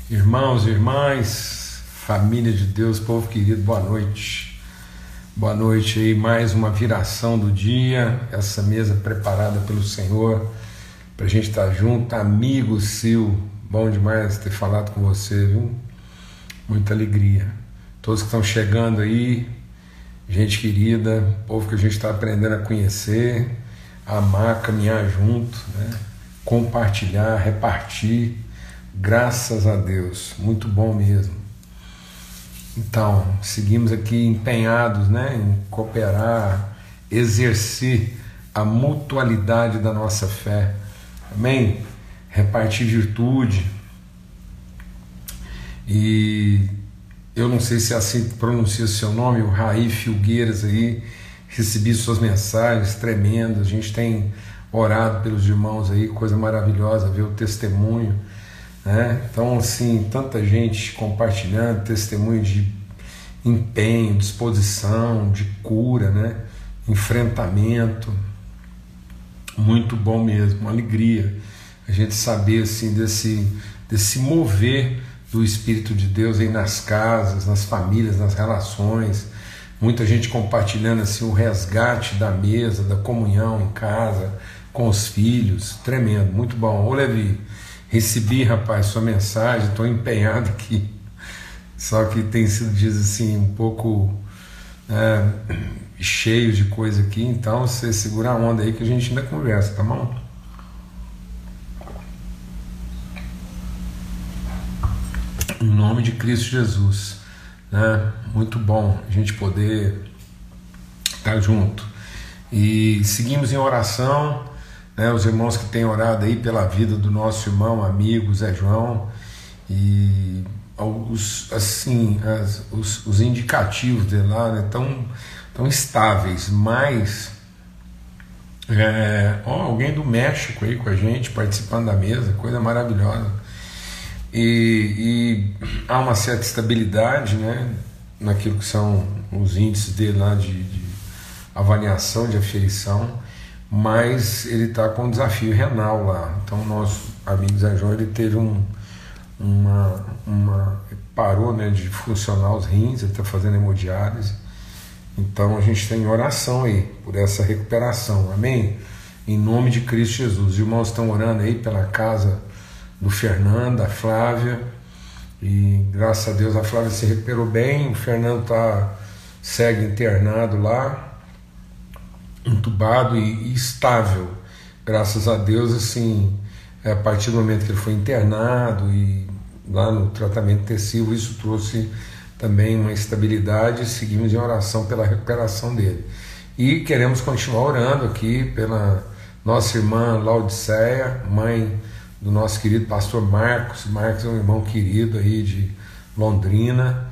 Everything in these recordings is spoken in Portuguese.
Irmãos e irmãs, família de Deus, povo querido, boa noite. Boa noite aí, mais uma viração do dia, essa mesa preparada pelo Senhor, para a gente estar junto. Amigo Sil, bom demais ter falado com você, viu? Muita alegria. Todos que estão chegando aí, gente querida, povo que a gente está aprendendo a conhecer, amar, caminhar junto, né? Compartilhar, repartir. Graças a Deus, muito bom mesmo. Então, seguimos aqui empenhados, né, em cooperar, exercer a mutualidade da nossa fé. Amém? Repartir virtude. E eu não sei se é assim que pronuncia o seu nome, o Raí Filgueiras aí, recebi suas mensagens tremendas. A gente tem orado pelos irmãos aí, coisa maravilhosa, ver o testemunho. Então, assim, tanta gente compartilhando testemunho de empenho, disposição, de cura, né? Enfrentamento, muito bom mesmo, uma alegria a gente saber assim, desse mover do Espírito de Deus aí nas casas, nas famílias, nas relações, muita gente compartilhando assim, o resgate da mesa, da comunhão em casa, com os filhos, tremendo, muito bom. Ô Levi, recebi, rapaz, sua mensagem, estou empenhado aqui, só que tem sido, diz assim, um pouco cheio de coisa aqui, então você segura a onda aí que a gente ainda conversa, tá bom? Em nome de Cristo Jesus, né? Muito bom a gente poder estar junto. E seguimos em oração, né, os irmãos que têm orado aí pela vida do nosso irmão, amigo Zé João, e os indicativos dele lá, né, tão estáveis, mas alguém do México aí com a gente, participando da mesa, coisa maravilhosa, e há uma certa estabilidade, né, naquilo que são os índices dele lá de avaliação, de aferição, mas ele está com um desafio renal lá. Então, nosso amigo Zé João, ele teve parou, né, de funcionar os rins, ele está fazendo hemodiálise. Então, a gente tem oração aí por essa recuperação, amém? Em nome de Cristo Jesus. Os irmãos estão orando aí pela casa do Fernando, da Flávia, e graças a Deus a Flávia se recuperou bem, o Fernando segue internado lá, entubado e estável, graças a Deus, assim, a partir do momento que ele foi internado e lá no tratamento intensivo, isso trouxe também uma estabilidade. Seguimos em oração pela recuperação dele e queremos continuar orando aqui pela nossa irmã Laudiceia, mãe do nosso querido pastor Marcos. Marcos é um irmão querido aí de Londrina.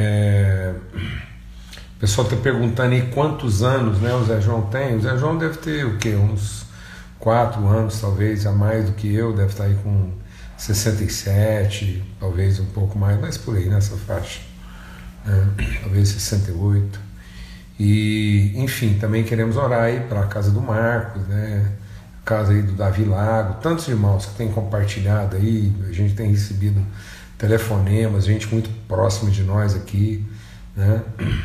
O pessoal está perguntando aí quantos anos, né, o Zé João tem. O Zé João deve ter o quê? Uns 4 anos, talvez, a mais do que eu. Deve estar aí com 67, talvez um pouco mais, mas por aí, nessa faixa. Talvez 68. E, enfim, também queremos orar aí para a casa do Marcos, né, a casa aí do Davi Lago. Tantos irmãos que têm compartilhado aí, a gente tem recebido telefonemas, gente muito próxima de nós aqui, né?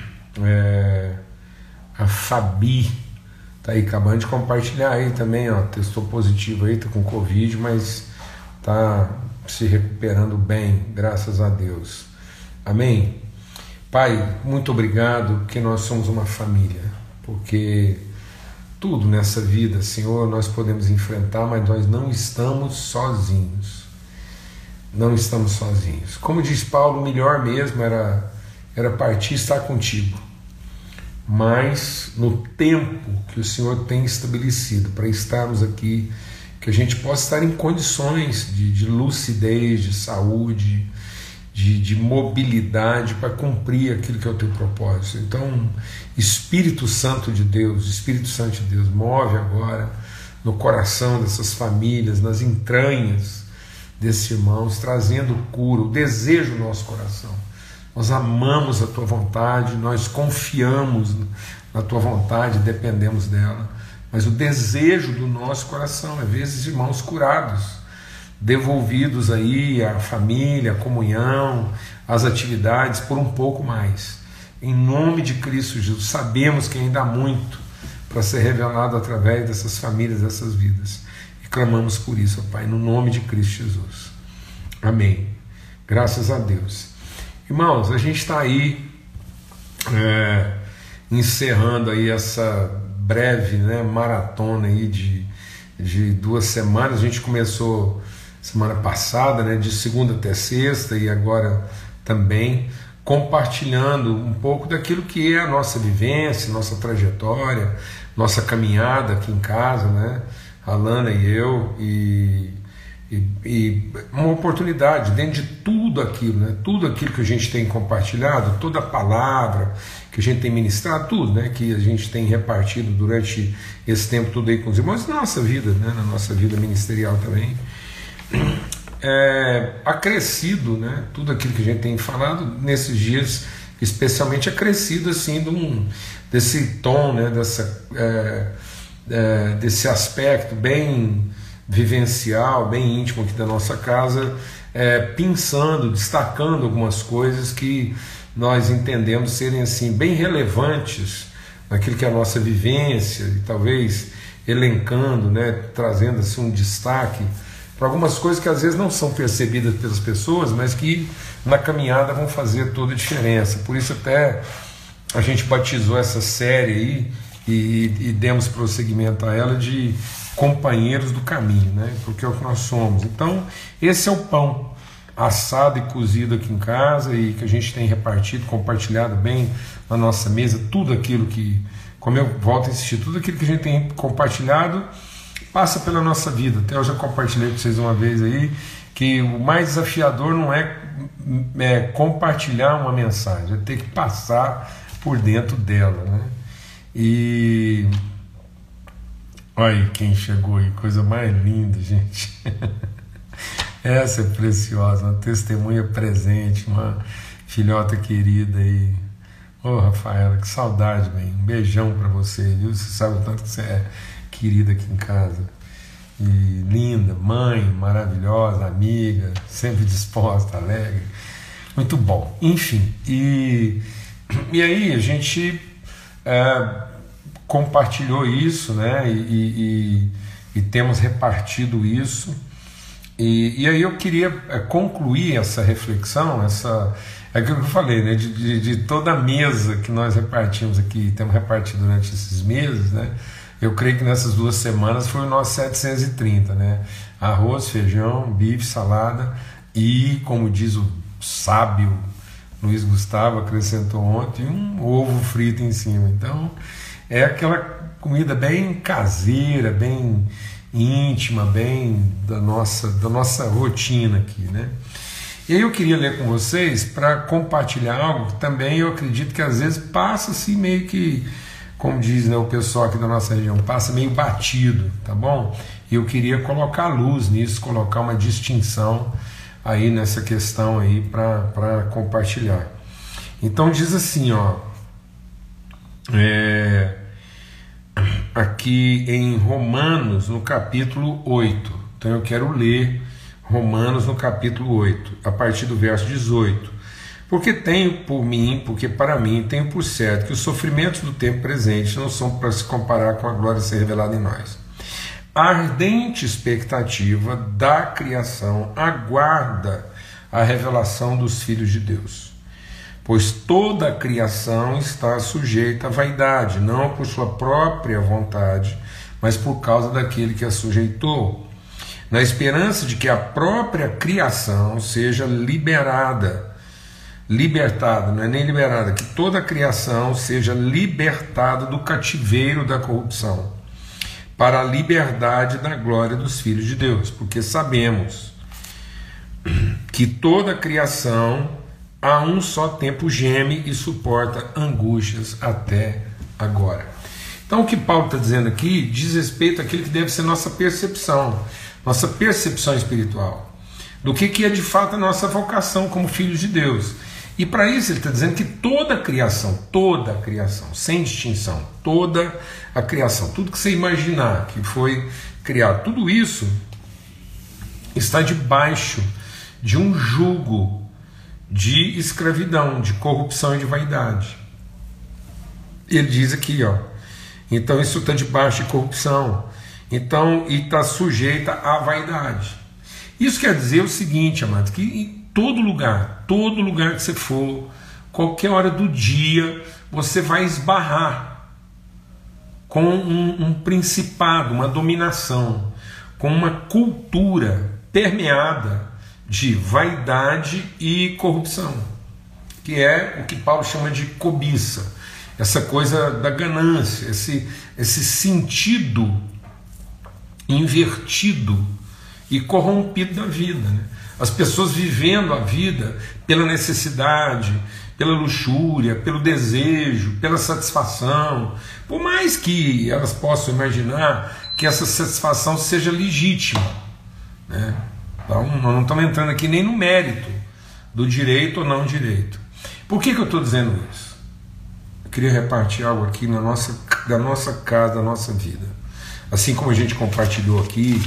A Fabi tá aí acabando de compartilhar aí também, ó, testou positivo aí, tá com Covid, mas tá se recuperando bem, graças a Deus, amém? Pai, muito obrigado, porque nós somos uma família, porque tudo nessa vida, Senhor, nós podemos enfrentar, mas nós não estamos sozinhos, como diz Paulo, o melhor mesmo era partir e estar contigo, mas no tempo que o Senhor tem estabelecido para estarmos aqui, que a gente possa estar em condições de lucidez, de saúde, de mobilidade para cumprir aquilo que é o teu propósito. Então, Espírito Santo de Deus, move agora no coração dessas famílias, nas entranhas desses irmãos, trazendo cura, o desejo do nosso coração. Nós amamos a Tua vontade, nós confiamos na Tua vontade, dependemos dela, mas o desejo do nosso coração é ver esses irmãos curados devolvidos aí à família, à comunhão, às atividades por um pouco mais. Em nome de Cristo Jesus, sabemos que ainda há muito para ser revelado através dessas famílias, dessas vidas. E clamamos por isso, ó Pai, no nome de Cristo Jesus. Amém. Graças a Deus. Irmãos, a gente está aí encerrando aí essa breve, maratona aí de 2 semanas. A gente começou semana passada, de segunda até sexta, e agora também compartilhando um pouco daquilo que é a nossa vivência, nossa trajetória, nossa caminhada aqui em casa, a Lana e eu, e uma oportunidade dentro de tudo aquilo, tudo aquilo que a gente tem compartilhado, toda a palavra que a gente tem ministrado, tudo, que a gente tem repartido durante esse tempo todo aí com os irmãos, na nossa vida, na nossa vida ministerial também, acrescido, tudo aquilo que a gente tem falado nesses dias, especialmente acrescido assim desse tom, desse aspecto bem vivencial, bem íntimo aqui da nossa casa, pensando, destacando algumas coisas que nós entendemos serem assim bem relevantes naquilo que é a nossa vivência, e talvez elencando, trazendo assim um destaque para algumas coisas que às vezes não são percebidas pelas pessoas, mas que na caminhada vão fazer toda a diferença. Por isso até a gente batizou essa série aí e demos prosseguimento a ela de companheiros do caminho, porque é o que nós somos. Então esse é o pão assado e cozido aqui em casa, e que a gente tem repartido, compartilhado bem na nossa mesa, tudo aquilo que, como eu volto a insistir, tudo aquilo que a gente tem compartilhado passa pela nossa vida. Até eu já compartilhei com vocês uma vez aí, que o mais desafiador não é compartilhar uma mensagem, é ter que passar por dentro dela, E olha aí quem chegou aí, coisa mais linda, gente. Essa é preciosa, uma testemunha presente, uma filhota querida aí. Ô Rafaela, que saudade, bem. Um beijão pra você, viu? Você sabe o tanto que você é querida aqui em casa. E linda, mãe, maravilhosa, amiga, sempre disposta, alegre. Muito bom. Enfim, e aí a gente compartilhou isso, e temos repartido isso. E aí eu queria concluir essa reflexão, aquilo que eu falei, de toda a mesa que nós repartimos aqui, temos repartido durante esses meses, eu creio que nessas 2 semanas foi o nosso 730, arroz, feijão, bife, salada e, como diz o sábio Luiz Gustavo, acrescentou ontem, um ovo frito em cima. Então é aquela comida bem caseira, bem íntima, bem da nossa rotina aqui, E aí eu queria ler com vocês para compartilhar algo que também eu acredito que às vezes passa assim meio que, como diz o pessoal aqui da nossa região, passa meio batido, tá bom? E eu queria colocar luz nisso, colocar uma distinção aí nessa questão aí para compartilhar. Então diz assim, aqui em Romanos, no capítulo 8. Então eu quero ler Romanos no capítulo 8, a partir do verso 18. Porque para mim tenho por certo que os sofrimentos do tempo presente não são para se comparar com a glória a ser revelada em nós. A ardente expectativa da criação aguarda a revelação dos filhos de Deus. Pois toda a criação está sujeita à vaidade, não por sua própria vontade, mas por causa daquele que a sujeitou, na esperança de que a própria criação seja libertada, não é nem liberada, que toda a criação seja libertada do cativeiro da corrupção, para a liberdade da glória dos filhos de Deus, porque sabemos que toda a criação a um só tempo geme e suporta angústias até agora. Então o que Paulo está dizendo aqui diz respeito àquilo que deve ser nossa percepção espiritual, do que é de fato a nossa vocação como filhos de Deus. E para isso ele está dizendo que toda a criação, sem distinção, toda a criação, tudo que você imaginar que foi criado, tudo isso está debaixo de um jugo de escravidão, de corrupção e de vaidade. Ele diz aqui, ó, então isso está debaixo de corrupção, então, e está sujeita à vaidade. Isso quer dizer o seguinte, amados, que em todo lugar que você for, qualquer hora do dia, você vai esbarrar com um principado, uma dominação, com uma cultura permeada de vaidade e corrupção, que é o que Paulo chama de cobiça, essa coisa da ganância, esse sentido invertido e corrompido da vida, né? As pessoas vivendo a vida pela necessidade, pela luxúria, pelo desejo, pela satisfação, por mais que elas possam imaginar que essa satisfação seja legítima, né? Então, nós não estamos entrando aqui nem no mérito do direito ou não direito. Por que eu estou dizendo isso? Eu queria repartir algo aqui da nossa casa, da nossa vida. Assim como a gente compartilhou aqui,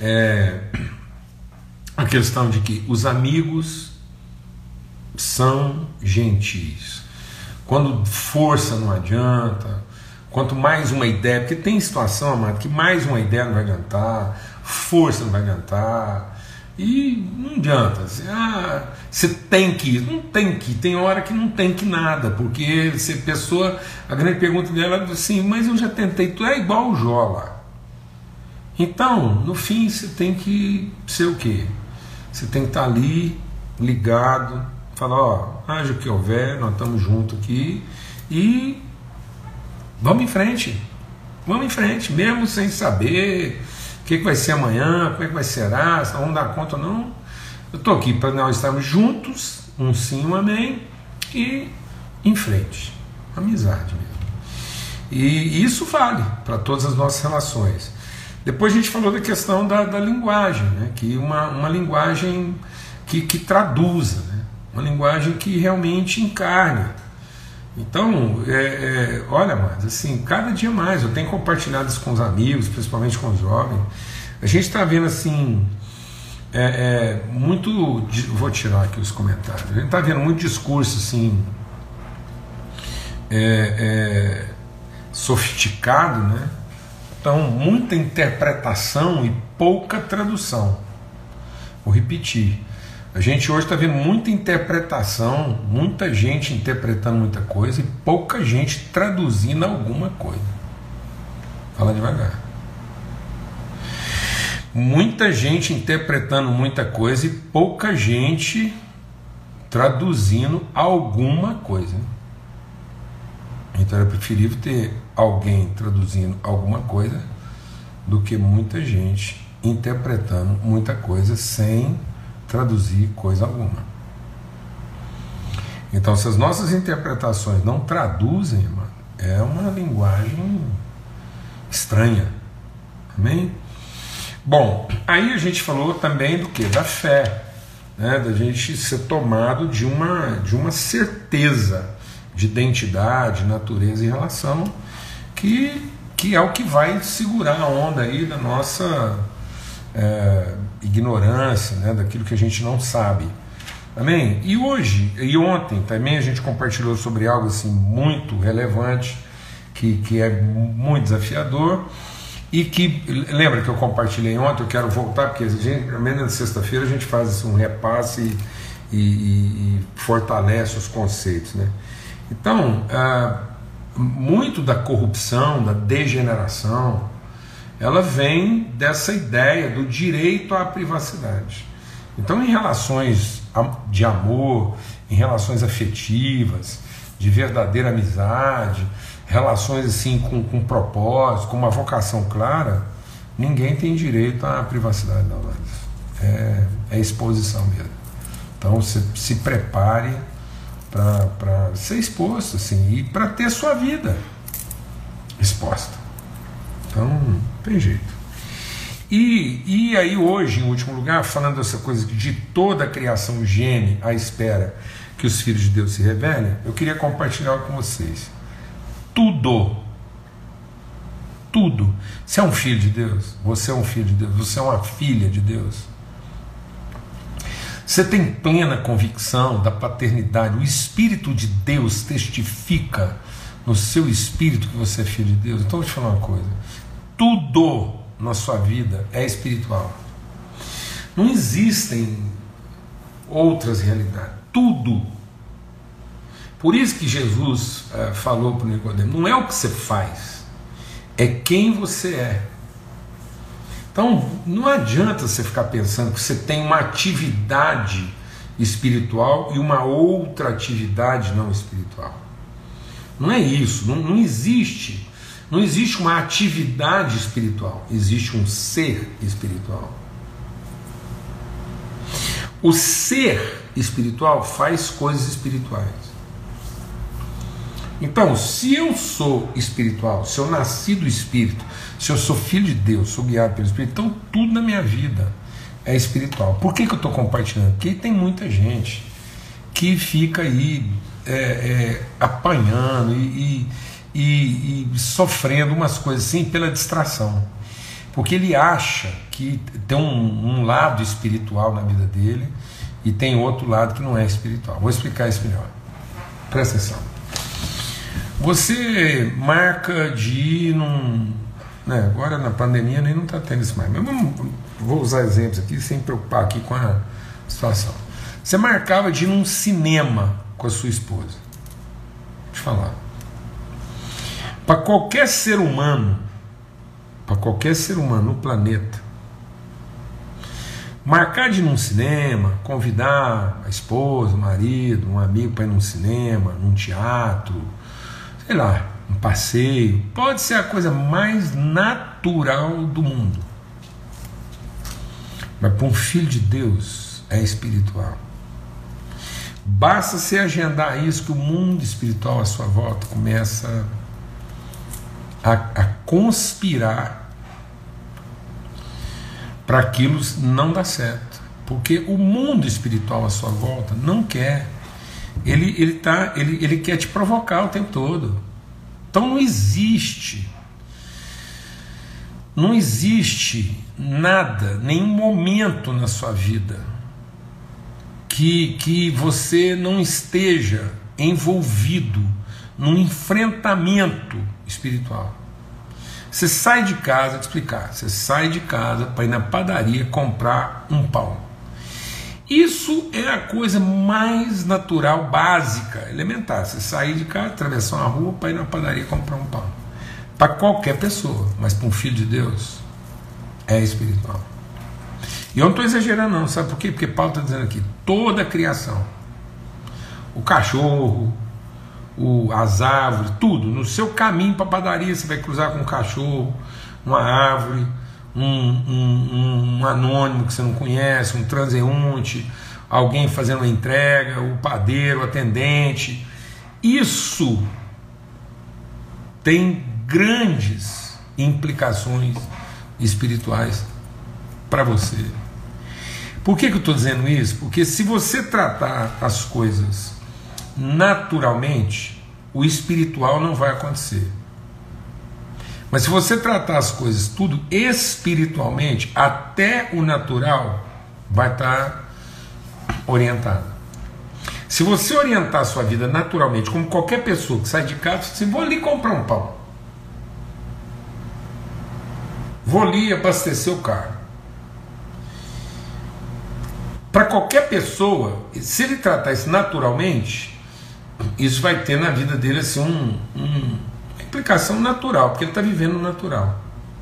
a questão de que os amigos são gentis. Quando força não adianta, quanto mais uma ideia, porque tem situação, amado, que mais uma ideia não vai adiantar, força não vai adiantar, e não adianta. Você tem que ir, não tem que ir, tem hora que não tem que nada, porque se a pessoa, a grande pergunta dela é assim, mas eu já tentei, tu é igual o Jó lá. Então, no fim, você tem que ser o quê? Você tem que estar ali, ligado, falar, ó, haja o que houver, nós estamos juntos aqui, e vamos em frente, mesmo sem saber o que vai ser amanhã, como é que vai ser, se nós vamos dar conta ou não. Eu estou aqui para nós estarmos juntos, um sim, um amém, e em frente, amizade mesmo. E isso vale para todas as nossas relações. Depois a gente falou da questão da linguagem, né? Que uma linguagem que traduza, né? Uma linguagem que realmente encarne. Então, olha, mas assim, cada dia mais, eu tenho compartilhado isso com os amigos, principalmente com os jovens, a gente está vendo assim, muito, vou tirar aqui os comentários, a gente está vendo muito discurso assim, sofisticado, né? Então, muita interpretação e pouca tradução. Vou repetir. A gente hoje está vendo muita interpretação, muita gente interpretando muita coisa e pouca gente traduzindo alguma coisa. Fala devagar. Muita gente interpretando muita coisa e pouca gente traduzindo alguma coisa. Então era preferível ter alguém traduzindo alguma coisa do que muita gente interpretando muita coisa sem traduzir coisa alguma. Então, se as nossas interpretações não traduzem, mano, é uma linguagem estranha. Amém? Bom, aí a gente falou também do que? Da fé, né? Da gente ser tomado de uma certeza de identidade, natureza e relação, que é o que vai segurar a onda aí da nossa ignorância, né, daquilo que a gente não sabe. Amém? E hoje, e ontem também a gente compartilhou sobre algo assim muito relevante, que é muito desafiador, e que, lembra que eu compartilhei ontem, eu quero voltar, porque pelo menos na sexta-feira a gente faz assim, um repasse e fortalece os conceitos, né? Então, muito da corrupção, da degeneração, ela vem dessa ideia do direito à privacidade. Então, em relações de amor, em relações afetivas, de verdadeira amizade, relações assim com propósito, com uma vocação clara, ninguém tem direito à privacidade, não. É exposição mesmo. Então, você se prepare para ser exposto, assim, e para ter sua vida exposta. Então, tem jeito. E aí hoje, em último lugar, falando dessa coisa de toda a criação geme à espera que os filhos de Deus se revelem, eu queria compartilhar com vocês. Tudo. Você é um filho de Deus, você é um filho de Deus, você é uma filha de Deus. Você tem plena convicção da paternidade, o Espírito de Deus testifica no seu espírito que você é filho de Deus. Então eu vou te falar uma coisa: tudo na sua vida é espiritual. Não existem outras realidades. Tudo. Por isso que Jesus falou para o Nicodemo: não é o que você faz, é quem você é. Então não adianta você ficar pensando que você tem uma atividade espiritual e uma outra atividade não espiritual. Não é isso, não existe. Não existe uma atividade espiritual, existe um ser espiritual. O ser espiritual faz coisas espirituais. Então, se eu sou espiritual, se eu nasci do Espírito, se eu sou filho de Deus, sou guiado pelo Espírito, então tudo na minha vida é espiritual. Por que eu estou compartilhando? Porque tem muita gente que fica aí apanhando e sofrendo umas coisas assim pela distração. Porque ele acha que tem um lado espiritual na vida dele e tem outro lado que não é espiritual. Vou explicar isso melhor. Presta atenção. Você marca de ir agora na pandemia nem não está tendo isso mais, mas vou usar exemplos aqui sem preocupar aqui com a situação. Você marcava de ir num cinema com a sua esposa. Deixa eu falar. Para qualquer ser humano no planeta, marcar de ir num cinema, convidar a esposa, o marido, um amigo para ir num cinema, num teatro, sei lá, um passeio, pode ser a coisa mais natural do mundo. Mas para um filho de Deus é espiritual. Basta você agendar isso que o mundo espiritual à sua volta começa a conspirar para aquilo não dar certo. Porque o mundo espiritual à sua volta não quer. Ele quer te provocar o tempo todo. Então não existe nada, nenhum momento na sua vida que você não esteja envolvido num enfrentamento espiritual. Você sai de casa, vou te explicar, você sai de casa para ir na padaria comprar um pão. Isso é a coisa mais natural, básica, elementar. Você sair de casa, atravessar uma rua para ir na padaria comprar um pão. Para qualquer pessoa, mas para um filho de Deus é espiritual. E eu não estou exagerando não, sabe por quê? Porque Paulo está dizendo aqui, toda a criação, o cachorro, as árvores, tudo, no seu caminho para a padaria você vai cruzar com um cachorro, uma árvore, um anônimo que você não conhece, um transeunte, alguém fazendo uma entrega, o padeiro, o atendente. Isso tem grandes implicações espirituais para você. Por que eu estou dizendo isso? Porque se você tratar as coisas naturalmente, o espiritual não vai acontecer. Mas se você tratar as coisas tudo espiritualmente, até o natural vai estar orientado. Se você orientar a sua vida naturalmente, como qualquer pessoa que sai de casa, você vou ali comprar um pão, vou ali abastecer o carro. Para qualquer pessoa, se ele tratar isso naturalmente, isso vai ter na vida dele assim uma implicação natural, porque ele está vivendo no natural,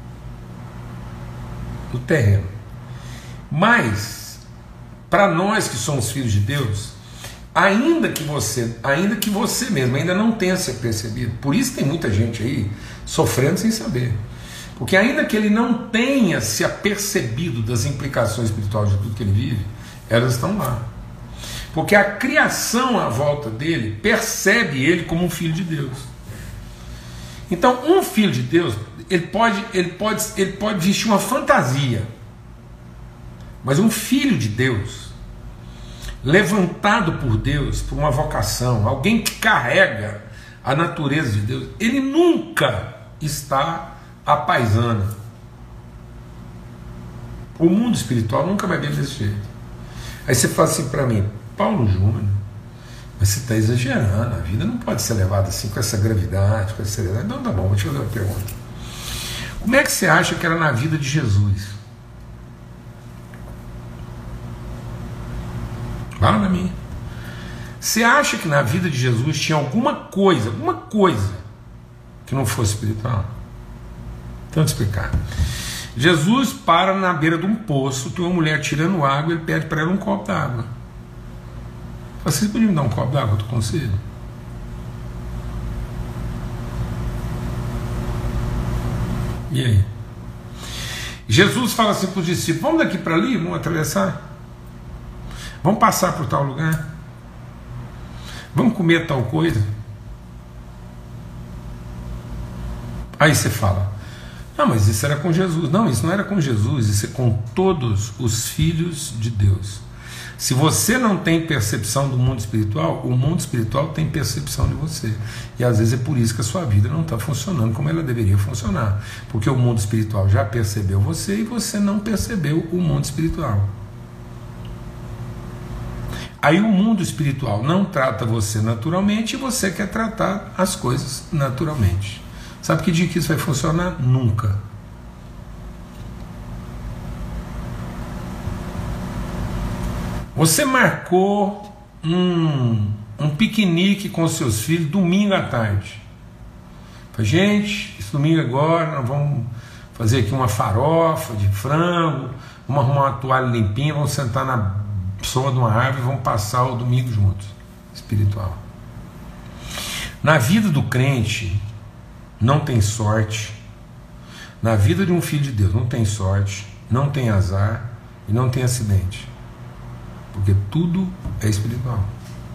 no terreno. Mas para nós que somos filhos de Deus, ainda que você mesmo ainda não tenha se percebido, por isso tem muita gente aí sofrendo sem saber, porque ainda que ele não tenha se apercebido das implicações espirituais de tudo que ele vive, elas estão lá, porque a criação à volta dele percebe ele como um filho de Deus. Então um filho de Deus, ele pode vestir uma fantasia, mas um filho de Deus, levantado por Deus, por uma vocação, alguém que carrega a natureza de Deus, ele nunca está à paisana. O mundo espiritual nunca vai ver desse jeito. Aí você fala assim para mim, Paulo Júnior, mas você está exagerando, a vida não pode ser levada assim com essa gravidade, com essa seriedade. Não, tá bom, vou te fazer uma pergunta. Como é que você acha que era na vida de Jesus? Fala pra mim. Você acha que na vida de Jesus tinha alguma coisa que não fosse espiritual? Então, vou te explicar. Jesus para na beira de um poço, tem uma mulher tirando água, ele pede para ela um copo d'água. Vocês podiam me dar um copo d'água, eu estou com sede? E aí? Jesus fala assim para os discípulos, vamos daqui para ali, vamos atravessar? Vamos passar por tal lugar? Vamos comer tal coisa? Aí você fala, não, mas isso era com Jesus. Não, isso não era com Jesus, isso é com todos os filhos de Deus. Se você não tem percepção do mundo espiritual, o mundo espiritual tem percepção de você. E às vezes é por isso que a sua vida não está funcionando como ela deveria funcionar. Porque o mundo espiritual já percebeu você e você não percebeu o mundo espiritual. Aí o mundo espiritual não trata você naturalmente e você quer tratar as coisas naturalmente. Sabe que dia que isso vai funcionar? Nunca. Você marcou um piquenique com seus filhos domingo à tarde. Falei, gente, esse domingo agora nós vamos fazer aqui uma farofa de frango, vamos arrumar uma toalha limpinha, vamos sentar na sombra de uma árvore e vamos passar o domingo juntos. Espiritual. Na vida do crente não tem sorte. Na vida de um filho de Deus não tem sorte, não tem azar e não tem acidente. Porque tudo é espiritual.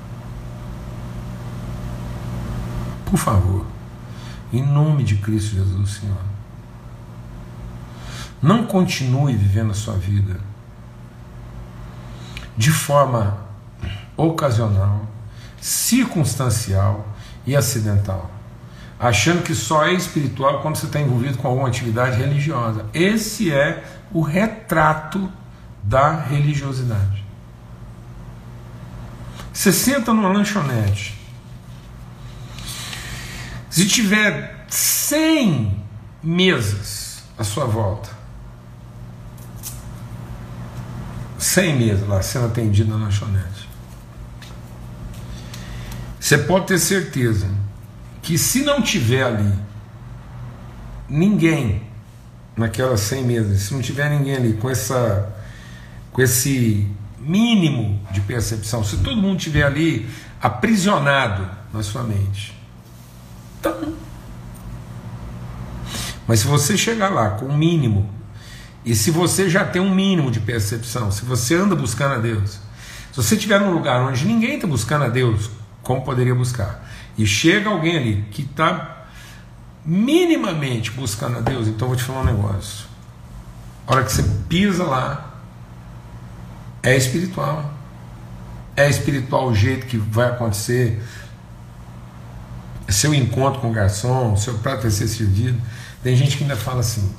Por favor, em nome de Cristo Jesus, Senhor, não continue vivendo a sua vida de forma ocasional, circunstancial e acidental, achando que só é espiritual quando você está envolvido com alguma atividade religiosa. Esse é o retrato da religiosidade. Você senta numa lanchonete, se tiver 100 mesas à sua volta, 100 mesas lá sendo atendido na lanchonete, você pode ter certeza que se não tiver ali ninguém naquelas 100 mesas, se não tiver ninguém ali com esse mínimo de percepção, se todo mundo estiver ali aprisionado na sua mente, então, mas se você chegar lá com um mínimo, e se você já tem um mínimo de percepção, se você anda buscando a Deus, se você estiver num lugar onde ninguém está buscando a Deus como poderia buscar, e chega alguém ali que está minimamente buscando a Deus, então eu vou te falar um negócio, a hora que você pisa lá, é espiritual. É espiritual o jeito que vai acontecer, seu encontro com o garçom, seu prato vai ser servido. Tem gente que ainda fala assim,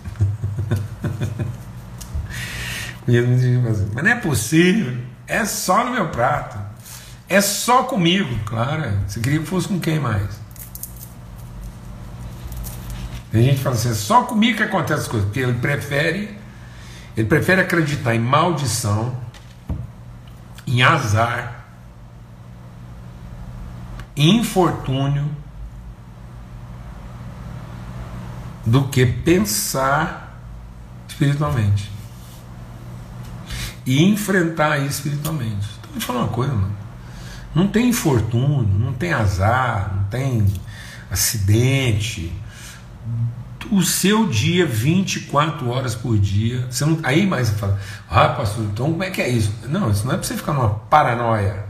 mas não é possível, é só no meu prato, é só comigo. Claro, você queria que fosse com quem mais? Tem gente que fala assim, é só comigo que acontece as coisas, porque ele prefere acreditar em maldição, em azar, em infortúnio, do que pensar espiritualmente e enfrentar isso espiritualmente. Então, vou te falar uma coisa, mano. Não tem infortúnio, não tem azar, não tem acidente. O seu dia, 24 horas por dia, você não, aí mais você fala, ah, pastor, então como é que é isso? Não, isso não é para você ficar numa paranoia.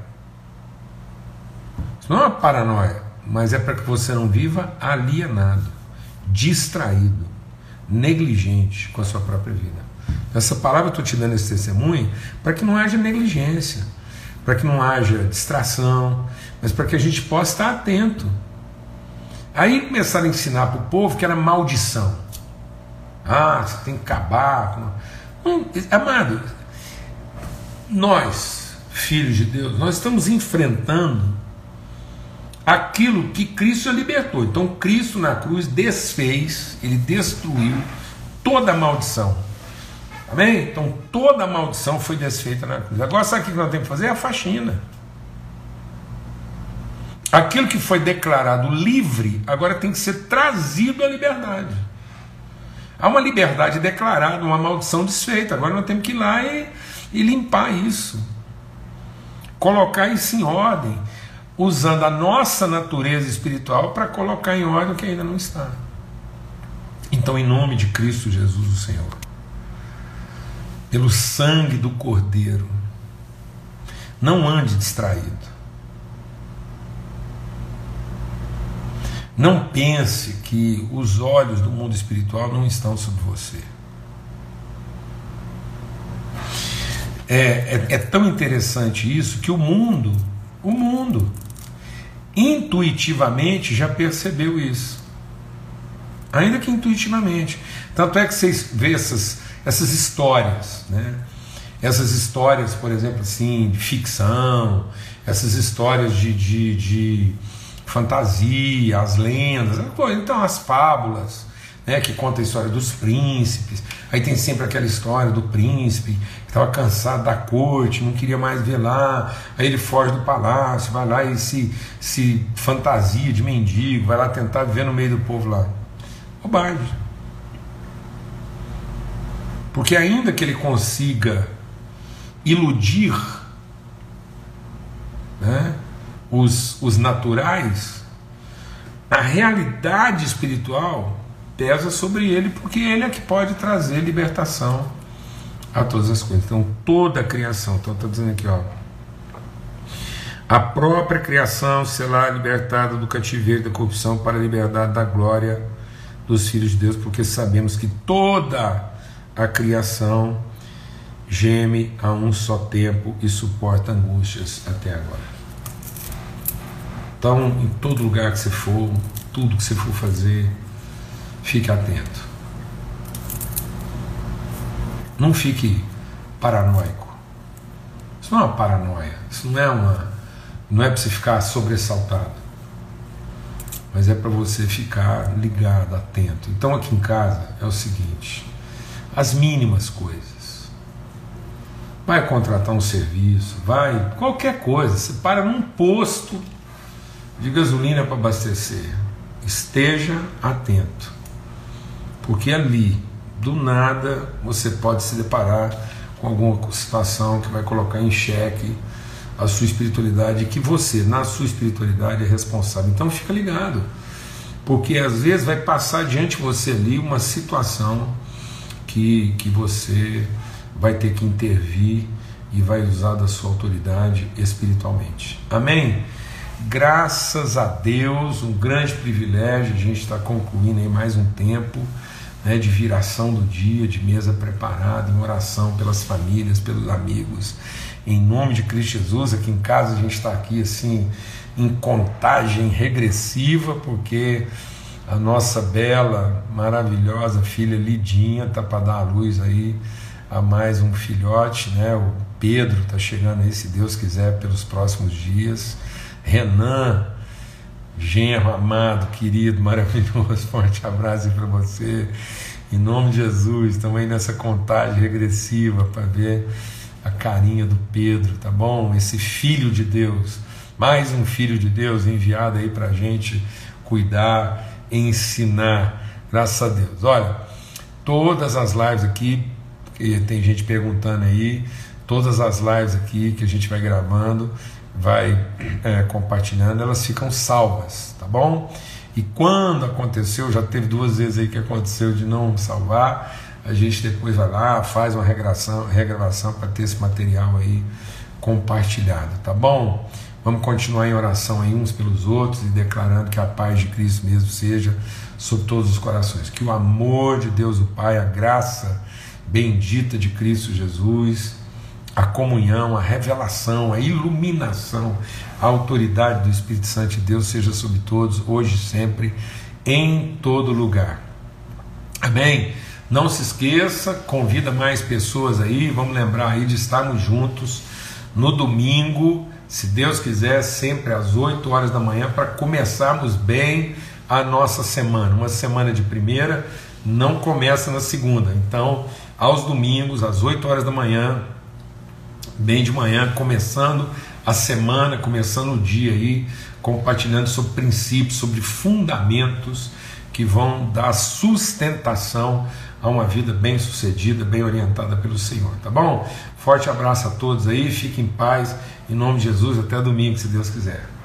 Isso não é uma paranoia, mas é para que você não viva alienado, distraído, negligente com a sua própria vida. Essa palavra eu estou te dando esse testemunho para que não haja negligência, para que não haja distração, mas para que a gente possa estar atento. Aí começaram a ensinar para o povo que era maldição. Você tem que acabar. Amado, nós filhos de Deus, nós estamos enfrentando aquilo que Cristo já libertou. Então Cristo na cruz desfez, ele destruiu toda a maldição. Amém? Então toda a maldição foi desfeita na cruz. Agora sabe o que nós temos que fazer? É a faxina. Aquilo que foi declarado livre, agora tem que ser trazido à liberdade. Há uma liberdade declarada, uma maldição desfeita. Agora nós temos que ir lá e limpar isso. Colocar isso em ordem, usando a nossa natureza espiritual para colocar em ordem o que ainda não está. Então, em nome de Cristo Jesus, o Senhor, pelo sangue do Cordeiro, não ande distraído. Não pense que os olhos do mundo espiritual não estão sobre você. É tão interessante isso que o mundo, intuitivamente já percebeu isso. Ainda que intuitivamente. Tanto é que vocês vê essas histórias, né? Essas histórias, por exemplo, assim, de ficção, essas histórias de fantasia, as lendas, então as fábulas, né, que conta a história dos príncipes. Aí tem sempre aquela história do príncipe que estava cansado da corte, não queria mais ver lá, aí ele foge do palácio, vai lá e se fantasia de mendigo, vai lá tentar viver no meio do povo lá. Bobagem. Porque ainda que ele consiga iludir, né, os naturais, a realidade espiritual pesa sobre ele, porque ele é que pode trazer libertação a todas as coisas. Então toda a criação, então está dizendo aqui, ó, a própria criação será libertada do cativeiro da corrupção para a liberdade da glória dos filhos de Deus, porque sabemos que toda a criação geme a um só tempo e suporta angústias até agora. Então, em todo lugar que você for, tudo que você for fazer, fique atento. Não fique paranoico. Isso não é uma paranoia. Isso não é para você ficar sobressaltado. Mas é para você ficar ligado, atento. Então, aqui em casa é o seguinte: as mínimas coisas. Vai contratar um serviço, vai, qualquer coisa. Você para num posto de gasolina para abastecer, esteja atento, porque ali, do nada, você pode se deparar com alguma situação que vai colocar em xeque a sua espiritualidade, que você, na sua espiritualidade, é responsável. Então fica ligado, porque às vezes vai passar diante de você ali uma situação que você vai ter que intervir e vai usar da sua autoridade espiritualmente. Amém? Graças a Deus, um grande privilégio, a gente está concluindo aí mais um tempo, né, de viração do dia, de mesa preparada, em oração pelas famílias, pelos amigos, em nome de Cristo Jesus. Aqui em casa a gente está aqui assim, em contagem regressiva, porque a nossa bela, maravilhosa filha Lidinha está para dar à luz aí a mais um filhote, né? O Pedro está chegando aí, se Deus quiser, pelos próximos dias. Renan, genro amado, querido, maravilhoso, forte abraço aí para você, em nome de Jesus. Estamos aí nessa contagem regressiva para ver a carinha do Pedro, tá bom? Esse filho de Deus, mais um filho de Deus enviado aí para a gente cuidar, ensinar, graças a Deus. Olha, todas as lives aqui, porque tem gente perguntando aí, todas as lives aqui que a gente vai gravando, vai compartilhando, elas ficam salvas, tá bom? E quando aconteceu, já teve 2 vezes aí que aconteceu de não salvar, a gente depois vai lá, faz uma regravação para ter esse material aí compartilhado, tá bom? Vamos continuar em oração aí uns pelos outros e declarando que a paz de Cristo mesmo seja sobre todos os corações, que o amor de Deus o Pai, a graça bendita de Cristo Jesus, a comunhão, a revelação, a iluminação, a autoridade do Espírito Santo de Deus seja sobre todos, hoje e sempre, em todo lugar. Amém? Não se esqueça, convida mais pessoas aí, vamos lembrar aí de estarmos juntos no domingo, se Deus quiser, sempre às 8 horas da manhã, para começarmos bem a nossa semana. Uma semana de primeira não começa na segunda, então aos domingos, às 8 horas da manhã, bem de manhã, começando a semana, começando o dia aí, compartilhando sobre princípios, sobre fundamentos que vão dar sustentação a uma vida bem sucedida, bem orientada pelo Senhor, tá bom? Forte abraço a todos aí, fiquem em paz, em nome de Jesus, até domingo, se Deus quiser.